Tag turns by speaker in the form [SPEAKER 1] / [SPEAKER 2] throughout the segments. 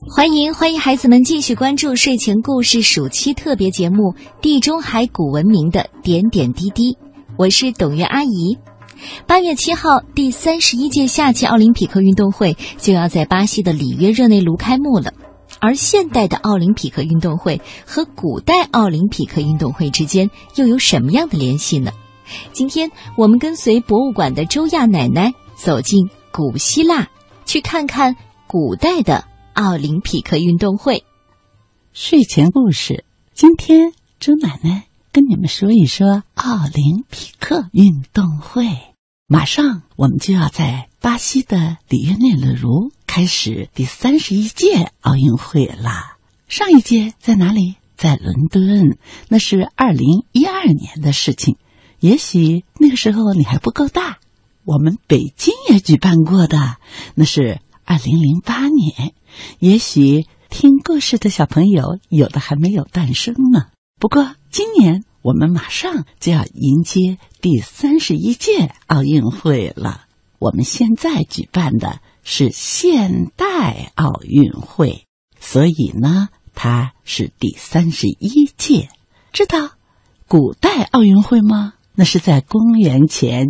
[SPEAKER 1] 欢迎孩子们继续关注睡前故事暑期特别节目《地中海古文明的点点滴滴》，我是董月阿姨。8月7号，第31届夏季奥林匹克运动会就要在巴西的里约热内卢开幕了。而现代的奥林匹克运动会和古代奥林匹克运动会之间又有什么样的联系呢？今天我们跟随博物馆的周亚奶奶走进古希腊，去看看古代的奥林匹克运动会。
[SPEAKER 2] 睡前故事，今天周奶奶跟你们说一说奥林匹克运动会。马上我们就要在巴西的里约内卢开始第31届奥运会了。上一届在哪里？在伦敦，那是2012年的事情。也许那个时候你还不够大。我们北京也举办过的，那是2008年。也许听故事的小朋友有的还没有诞生呢。不过今年我们马上就要迎接第31届奥运会了。我们现在举办的是现代奥运会，所以呢，它是第31届。知道古代奥运会吗？那是在公元前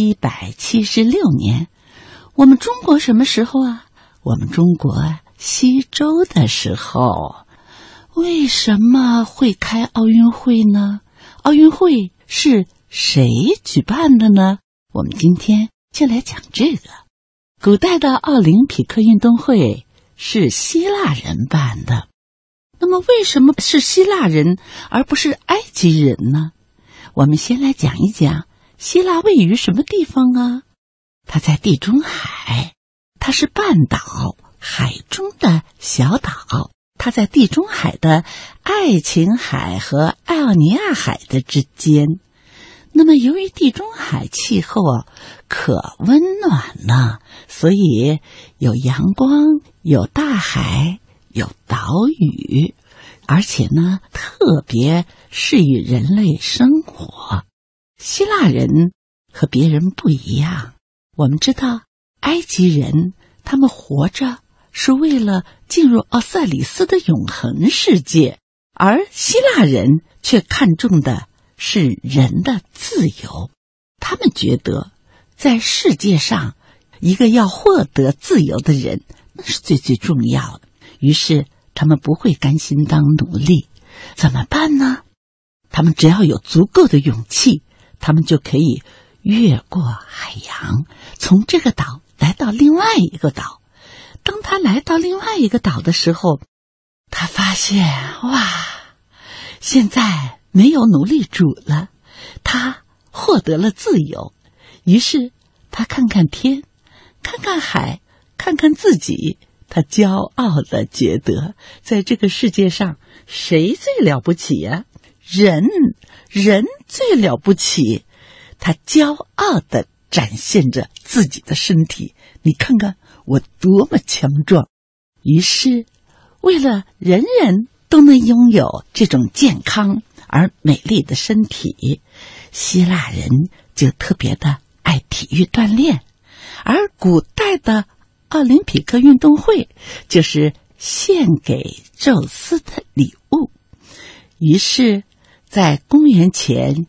[SPEAKER 2] 776年。我们中国什么时候啊？我们中国西周的时候。为什么会开奥运会呢？奥运会是谁举办的呢？我们今天就来讲这个。古代的奥林匹克运动会是希腊人办的。那么为什么是希腊人而不是埃及人呢？我们先来讲一讲希腊位于什么地方啊？它在地中海，它是半岛，海中的小岛。它在地中海的爱琴海和爱奥尼亚海的之间。那么由于地中海气候可温暖了，所以有阳光，有大海，有岛屿，而且呢特别适宜人类生活。希腊人和别人不一样。我们知道埃及人他们活着是为了进入奥赛里斯的永恒世界，而希腊人却看重的是人的自由。他们觉得在世界上一个要获得自由的人，那是最重要的。于是他们不会甘心当奴隶。怎么办呢？他们只要有足够的勇气，他们就可以越过海洋，从这个岛来到另外一个岛。当他来到另外一个岛的时候，他发现哇，现在没有奴隶主了，他获得了自由。于是他看看天，看看海，看看自己，他骄傲地觉得在这个世界上谁最了不起呀？人最了不起。他骄傲地展现着自己的身体，你看看我多么强壮。于是为了人人都能拥有这种健康而美丽的身体，希腊人就特别的爱体育锻炼。而古代的奥林匹克运动会就是献给宙斯的礼物。于是在公元前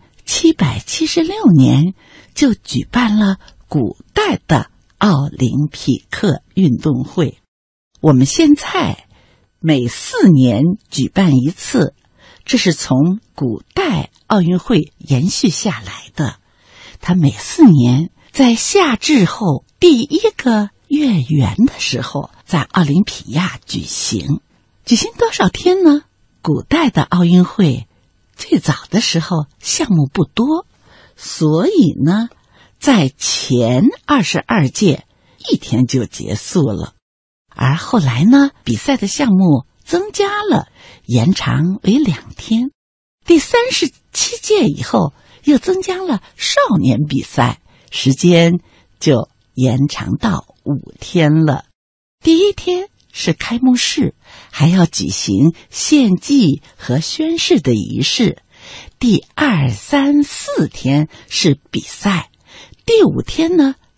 [SPEAKER 2] 776年就举办了古代的奥林匹克运动会。我们现在每4年举办一次，这是从古代奥运会延续下来的。它每4年在夏至后第1个月圆的时候，在奥林匹亚举行。举行多少天呢？古代的奥运会最早的时候项目不多，所以呢在前22届1天就结束了。而后来呢，比赛的项目增加了，延长为2天。第37届以后又增加了少年比赛，时间就延长到5天了。第1天是开幕式，还要举行献祭和宣誓的仪式。第2、3、4天是比赛，第5天呢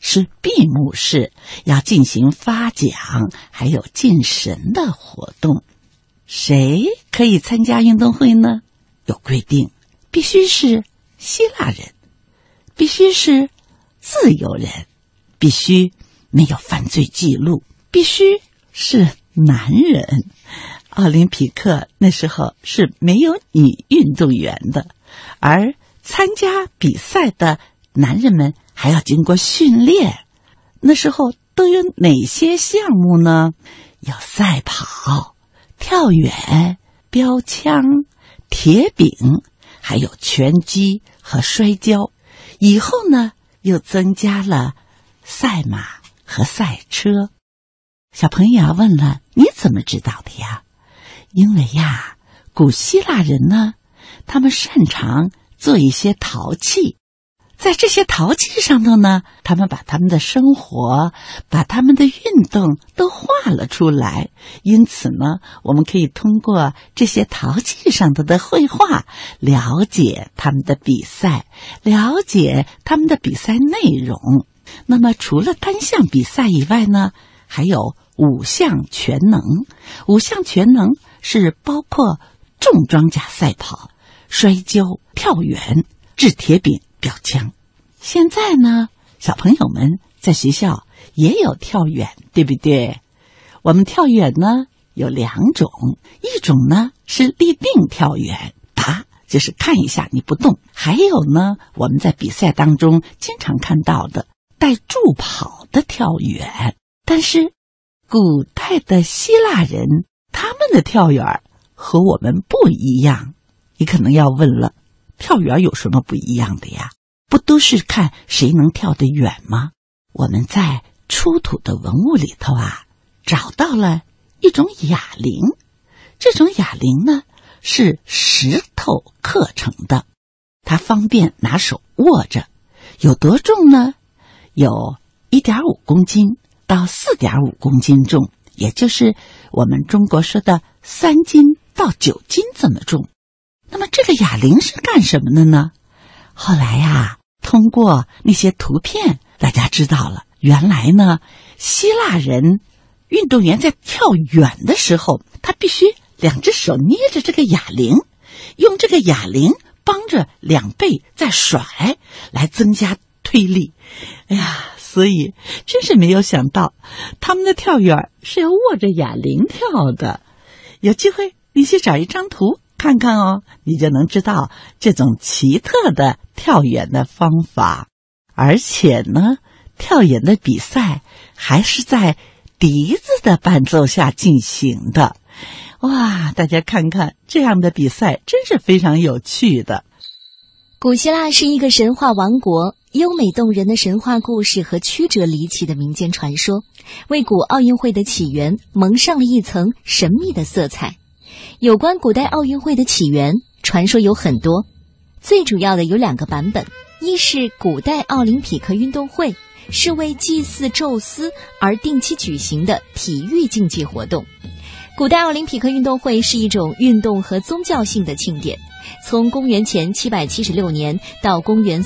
[SPEAKER 2] 是闭幕式，要进行发奖还有敬神的活动。谁可以参加运动会呢？有规定，必须是希腊人，必须是自由人，必须没有犯罪记录，必须是男人。奥林匹克那时候是没有女运动员的，而参加比赛的男人们还要经过训练。那时候都有哪些项目呢？有赛跑、跳远、标枪、铁饼，还有拳击和摔跤。以后呢，又增加了赛马和赛车。小朋友问了，你怎么知道的呀？因为呀，古希腊人呢，他们擅长做一些陶器，在这些陶器上头呢，他们把他们的生活，把他们的运动都画了出来。因此呢，我们可以通过这些陶器上头的绘画，了解他们的比赛，了解他们的比赛内容。那么除了单项比赛以外呢，还有5项全能。5项全能是包括重装甲赛跑、摔跤、跳远、掷铁饼、标枪。现在呢，小朋友们在学校也有跳远，对不对？我们跳远呢有2种，一种呢是立定跳远，就是看一下你不动。还有呢，我们在比赛当中经常看到的带助跑的跳远。但是古代的希腊人，他们的跳远和我们不一样。你可能要问了，跳远有什么不一样的呀？不都是看谁能跳得远吗？我们在出土的文物里头找到了一种哑铃。这种哑铃呢，是石头刻成的，它方便拿手握着。有多重呢？有 1.5 公斤到 4.5 公斤重，也就是我们中国说的3斤到9斤这么重。那么这个哑铃是干什么的呢？后来通过那些图片，大家知道了，原来呢，希腊人运动员在跳远的时候，他必须2只手捏着这个哑铃，用这个哑铃帮着2背在甩，来增加推力。所以真是没有想到，他们的跳远是要握着哑铃跳的。有机会你去找一张图看看哦，你就能知道这种奇特的跳远的方法。而且呢，跳远的比赛还是在笛子的伴奏下进行的。哇，大家看看，这样的比赛真是非常有趣的。
[SPEAKER 1] 古希腊是一个神话王国，优美动人的神话故事和曲折离奇的民间传说，为古奥运会的起源蒙上了一层神秘的色彩。有关古代奥运会的起源，传说有很多，最主要的有2个版本。一是古代奥林匹克运动会，是为祭祀宙斯而定期举行的体育竞技活动。古代奥林匹克运动会是一种运动和宗教性的庆典，从公元前776年到公元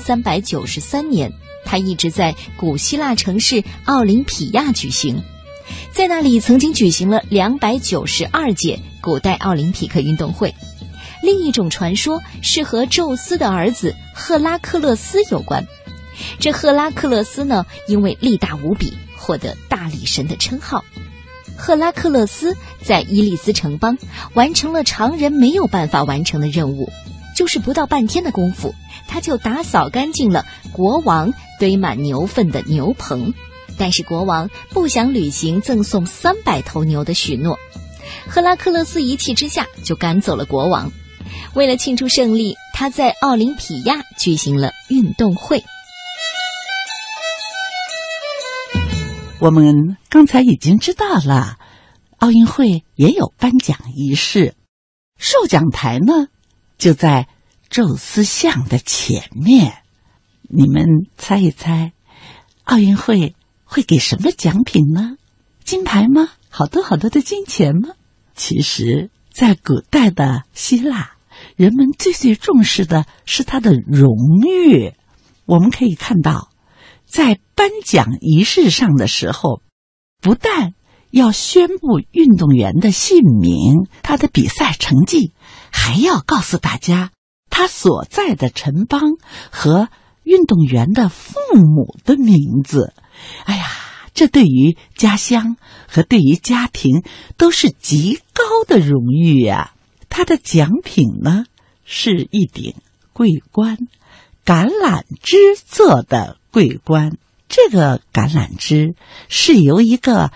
[SPEAKER 1] 393年，它一直在古希腊城市奥林匹亚举行。在那里曾经举行了292届古代奥林匹克运动会。另一种传说是和宙斯的儿子赫拉克勒斯有关。这赫拉克勒斯呢，因为力大无比，获得大力神的称号。赫拉克勒斯在伊利斯城邦完成了常人没有办法完成的任务，就是不到半天的功夫，他就打扫干净了国王堆满牛粪的牛棚。但是国王不想履行赠送300头牛的许诺，赫拉克勒斯一气之下就赶走了国王。为了庆祝胜利，他在奥林匹亚举行了运动会。
[SPEAKER 2] 我们刚才已经知道了，奥运会也有颁奖仪式，授奖台呢就在宙斯像的前面。你们猜一猜，奥运会会给什么奖品呢？金牌吗？好多好多的金钱吗？其实在古代的希腊，人们最重视的是它的荣誉。我们可以看到， 在颁奖仪式上的时候，不但要宣布运动员的姓名、他的比赛成绩，还要告诉大家他所在的城邦和运动员的父母的名字。哎呀，这对于家乡和对于家庭都是极高的荣誉呀。他的奖品呢，是一顶桂冠，橄榄枝做的桂冠。这个橄榄枝是由一个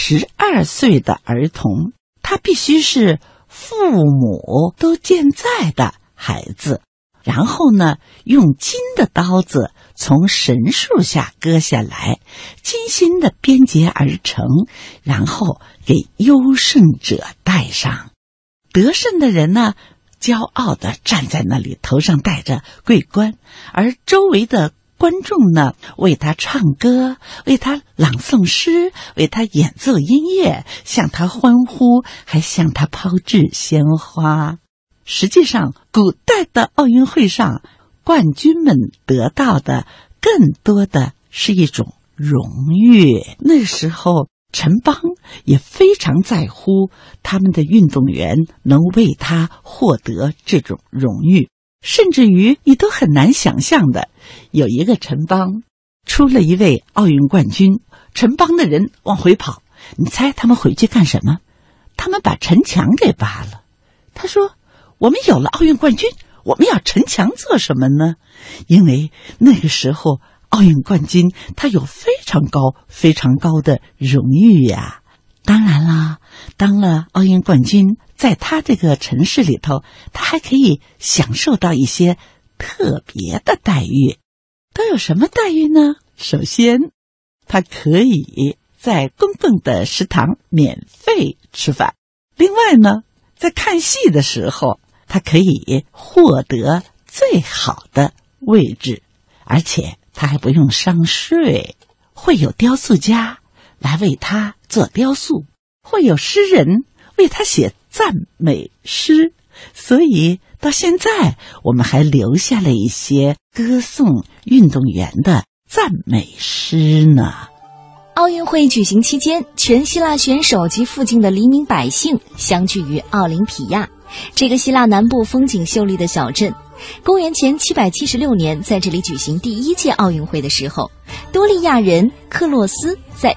[SPEAKER 2] 12岁的儿童，他必须是父母都健在的孩子，然后呢，用金的刀子从神树下割下来，精心的编结而成，然后给优胜者戴上。得胜的人呢，骄傲地站在那里，头上戴着桂冠，而周围的观众呢，为他唱歌，为他朗诵诗，为他演奏音乐，向他欢呼，还向他抛掷鲜花。实际上，古代的奥运会上，冠军们得到的更多的是一种荣誉。那时候城邦也非常在乎他们的运动员能为他获得这种荣誉，甚至于你都很难想象的，有一个城邦出了一位奥运冠军，城邦的人往回跑，你猜他们回去干什么？他们把城墙给扒了。他说，我们有了奥运冠军，我们要城墙做什么呢？因为那个时候奥运冠军他有非常高的荣誉呀。当然啦，当了奥运冠军，在他这个城市里头，他还可以享受到一些特别的待遇。都有什么待遇呢？首先，他可以在公共的食堂免费吃饭。另外呢，在看戏的时候，他可以获得最好的位置，而且他还不用上税。会有雕塑家来为他做雕塑，会有诗人为他写赞美诗，所以到现在我们还留下了一些歌颂运动员的赞美诗呢。
[SPEAKER 1] 奥运会举行期间，全希腊选手及附近的黎民百姓相聚于奥林匹亚，这个希腊南部风景秀丽的小镇。公元前776年，在这里举行第一届奥运会的时候，多利亚人克洛斯在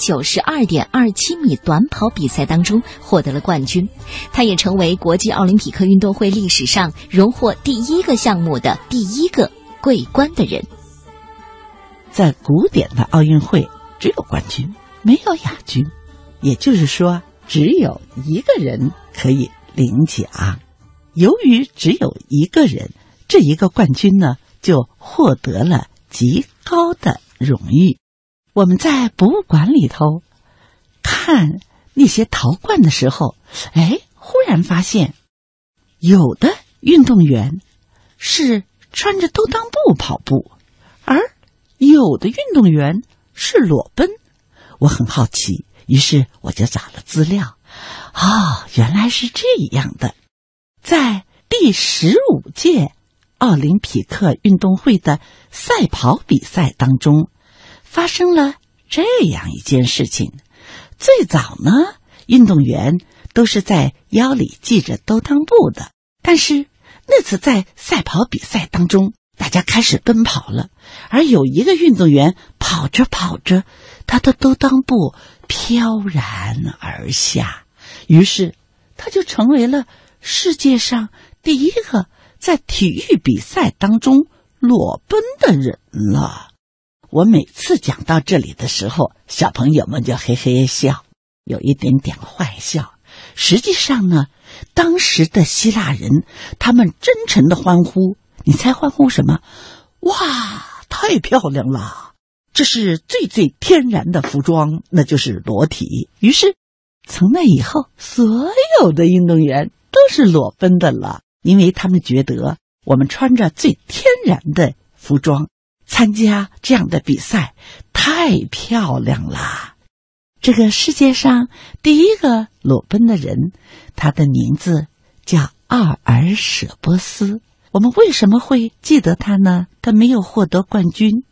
[SPEAKER 1] 192.27米短跑比赛当中获得了冠军，他也成为国际奥林匹克运动会历史上荣获第一个项目的第一个桂冠的人。
[SPEAKER 2] 在古典的奥运会，只有冠军，没有亚军，也就是说，只有一个人可以领奖。由于只有一个人，这一个冠军呢，就获得了极高的荣誉。我们在博物馆里头看那些陶罐的时候，忽然发现有的运动员是穿着兜裆布跑步，而有的运动员是裸奔。我很好奇，于是我就找了资料。原来是这样的。在第15届奥林匹克运动会的赛跑比赛当中，发生了这样一件事情。最早呢，运动员都是在腰里系着兜裆布的，但是那次在赛跑比赛当中，大家开始奔跑了，而有一个运动员跑着跑着，他的兜裆布飘然而下，于是他就成为了世界上第一个在体育比赛当中裸奔的人了。我每次讲到这里的时候，小朋友们就嘿嘿笑，有一点点坏笑。实际上呢，当时的希腊人他们真诚的欢呼，你猜欢呼什么？哇，太漂亮了，这是最天然的服装，那就是裸体。于是从那以后，所有的运动员都是裸奔的了，因为他们觉得我们穿着最天然的服装参加这样的比赛太漂亮了。这个世界上第一个裸奔的人，他的名字叫奥尔舍波斯。我们为什么会记得他呢？他没有获得冠军，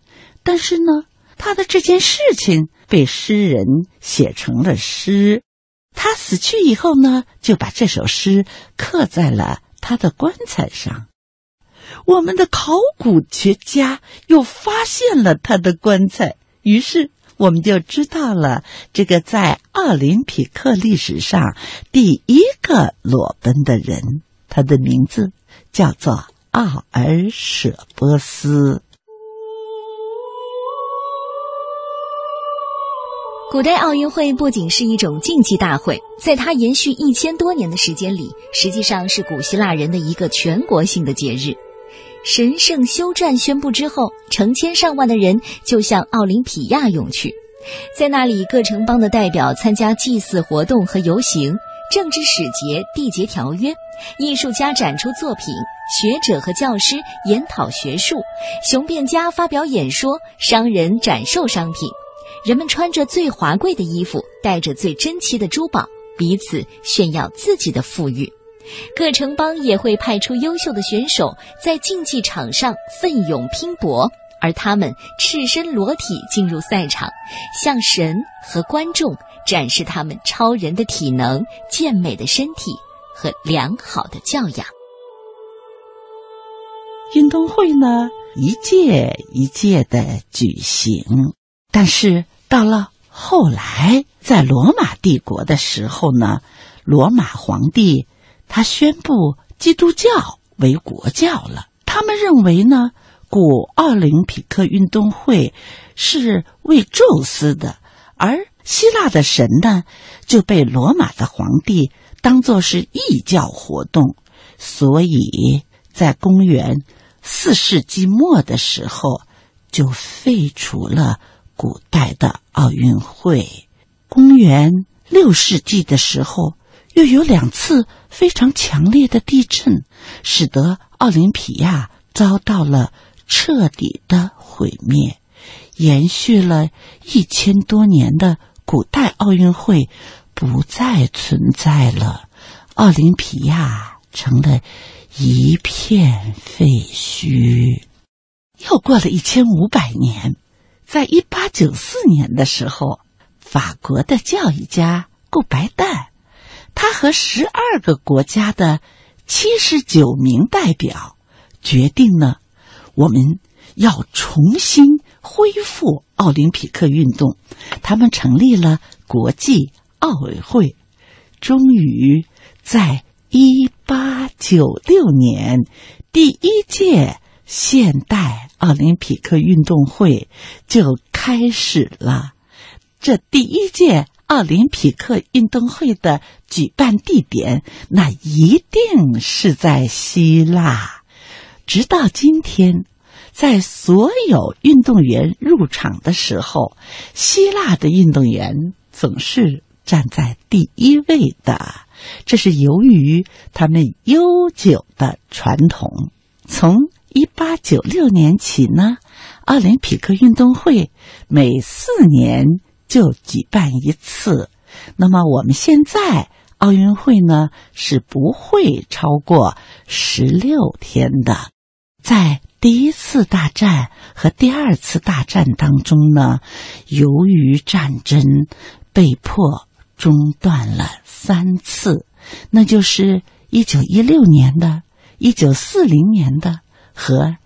[SPEAKER 2] 但是呢，他的这件事情被诗人写成了诗，他死去以后呢，就把这首诗刻在了他的棺材上。我们的考古学家又发现了他的棺材，于是我们就知道了这个在奥林匹克历史上第一个裸奔的人，他的名字叫做奥尔舍波斯。
[SPEAKER 1] 古代奥运会不仅是一种竞技大会，在它延续1000多年的时间里，实际上是古希腊人的一个全国性的节日。神圣休战宣布之后，成千上万的人就向奥林匹亚涌去，在那里各城邦的代表参加祭祀活动和游行，政治使节缔结条约，艺术家展出作品，学者和教师研讨学术，雄辩家发表演说，商人展售商品。人们穿着最华贵的衣服，戴着最珍奇的珠宝，彼此炫耀自己的富裕。各城邦也会派出优秀的选手在竞技场上奋勇拼搏，而他们赤身裸体进入赛场，向神和观众展示他们超人的体能、健美的身体和良好的教养。
[SPEAKER 2] 运动会呢，一届一届的举行，但是到了后来，在罗马帝国的时候呢，罗马皇帝他宣布基督教为国教了。他们认为呢，古奥林匹克运动会是为宙斯的，而希腊的神呢，就被罗马的皇帝当作是异教活动，所以在公元4世纪末的时候，就废除了古代的奥运会。公元6世纪的时候，又有2次非常强烈的地震，使得奥林匹亚遭到了彻底的毁灭。延续了1000多年的古代奥运会不再存在了，奥林匹亚成了一片废墟。又过了1500年，在1894年的时候，法国的教育家顾白旦，他和12个国家的79名代表决定呢，我们要重新恢复奥林匹克运动。他们成立了国际奥委会，终于在1896年第一届现代奥林匹克运动会就开始了。这第一届奥林匹克运动会的举办地点，那一定是在希腊。直到今天，在所有运动员入场的时候，希腊的运动员总是站在第一位的，这是由于他们悠久的传统。从1896年起呢，奥林匹克运动会每4年就举办一次。那么我们现在奥运会呢，是不会超过16天的。在第一次大战和第二次大战当中呢，由于战争被迫中断了3次，那就是1916年的、1940年的和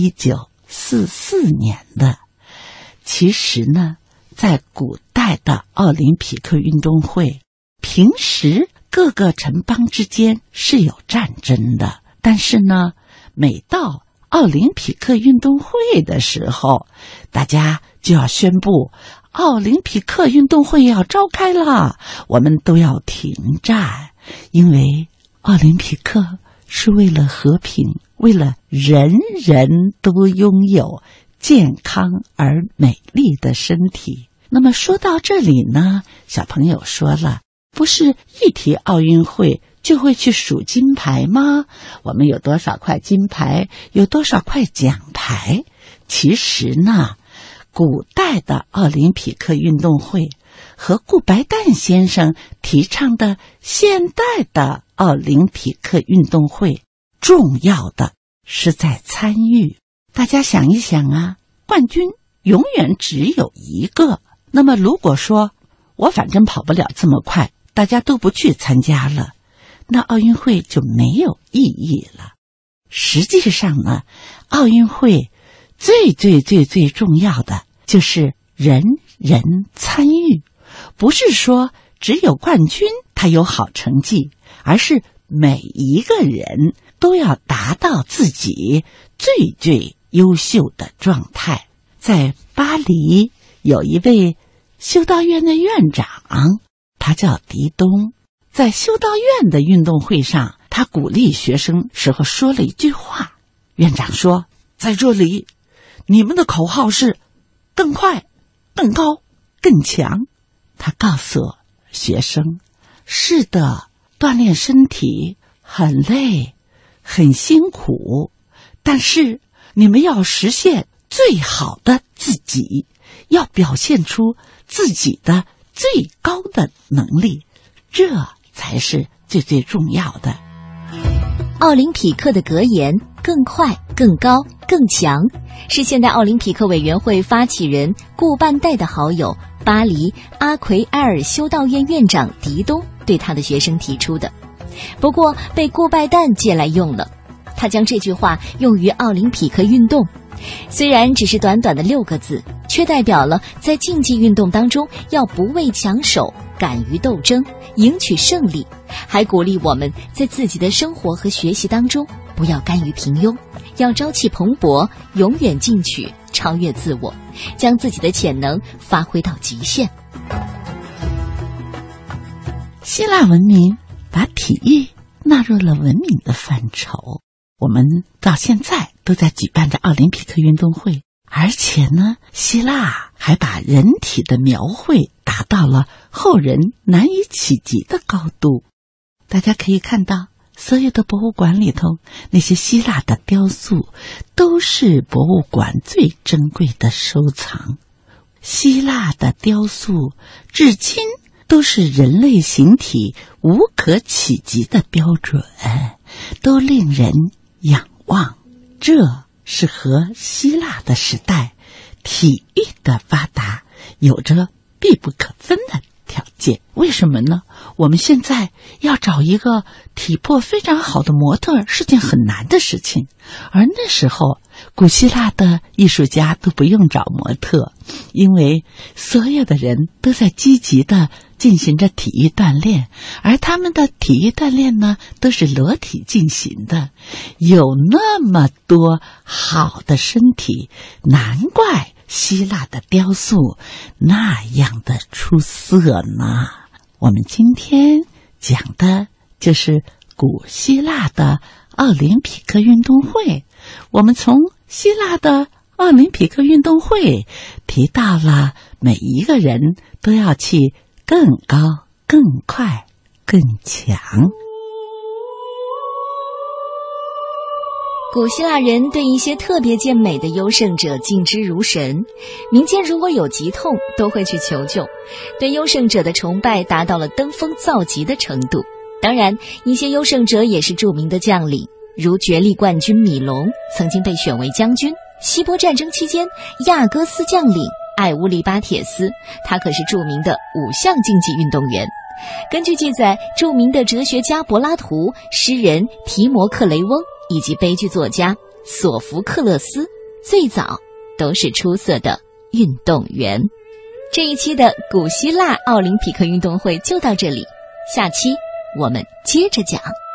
[SPEAKER 2] 1944年的。其实呢，在古代的奥林匹克运动会，平时各个城邦之间是有战争的，但是呢，每到奥林匹克运动会的时候，大家就要宣布奥林匹克运动会要召开了，我们都要停战，因为奥林匹克是为了和平，为了人人都拥有健康而美丽的身体。那么说到这里呢，小朋友说了，不是一提奥运会就会去数金牌吗？我们有多少块金牌，有多少块奖牌？其实呢，古代的奥林匹克运动会和顾白旦先生提倡的现代的奥林匹克运动会，重要的是在参与。大家想一想啊，冠军永远只有一个。那么如果说我反正跑不了这么快，大家都不去参加了，那奥运会就没有意义了。实际上呢，奥运会最重要的就是人人参与，不是说只有冠军他有好成绩，而是每一个人都要达到自己最优秀的状态。在巴黎有一位修道院的院长，他叫狄东。在修道院的运动会上，他鼓励学生时候说了一句话。院长说，在这里你们的口号是更快、更高、更强。他告诉学生，是的，锻炼身体很累很辛苦，但是你们要实现最好的自己，要表现出自己的最高的能力，这才是最重要的。
[SPEAKER 1] 奥林匹克的格言更快、更高、更强，是现代奥林匹克委员会发起人顾半代的好友巴黎阿奎埃尔修道院院长狄东对他的学生提出的，不过被顾拜旦借来用了。他将这句话用于奥林匹克运动，虽然只是短短的6个字，却代表了在竞技运动当中要不畏强手，敢于斗争，赢取胜利，还鼓励我们在自己的生活和学习当中不要甘于平庸，要朝气蓬勃，永远进取，超越自我，将自己的潜能发挥到极限。
[SPEAKER 2] 希腊文明把体育纳入了文明的范畴，我们到现在都在举办着奥林匹克运动会，而且呢，希腊还把人体的描绘达到了后人难以企及的高度。大家可以看到，所有的博物馆里头，那些希腊的雕塑都是博物馆最珍贵的收藏。希腊的雕塑至今都是人类形体无可企及的标准，都令人仰望。这是和希腊的时代体育的发达有着必不可分的条件。为什么呢？我们现在要找一个体魄非常好的模特是件很难的事情，而那时候古希腊的艺术家都不用找模特，因为所有的人都在积极地进行着体育锻炼，而他们的体育锻炼呢，都是裸体进行的，有那么多好的身体，难怪希腊的雕塑那样的出色呢。我们今天讲的就是古希腊的奥林匹克运动会。我们从希腊的奥林匹克运动会提到了每一个人都要去更高、更快、更强。
[SPEAKER 1] 古希腊人对一些特别健美的优胜者敬之如神，民间如果有疾痛都会去求救，对优胜者的崇拜达到了登峰造极的程度。当然，一些优胜者也是著名的将领，如角力冠军米龙曾经被选为将军，希波战争期间亚哥斯将领艾乌利巴铁斯，他可是著名的5项竞技运动员。根据记载，著名的哲学家柏拉图、诗人提摩克雷翁以及悲剧作家索福克勒斯最早都是出色的运动员。这一期的古希腊奥林匹克运动会就到这里，下期我们接着讲。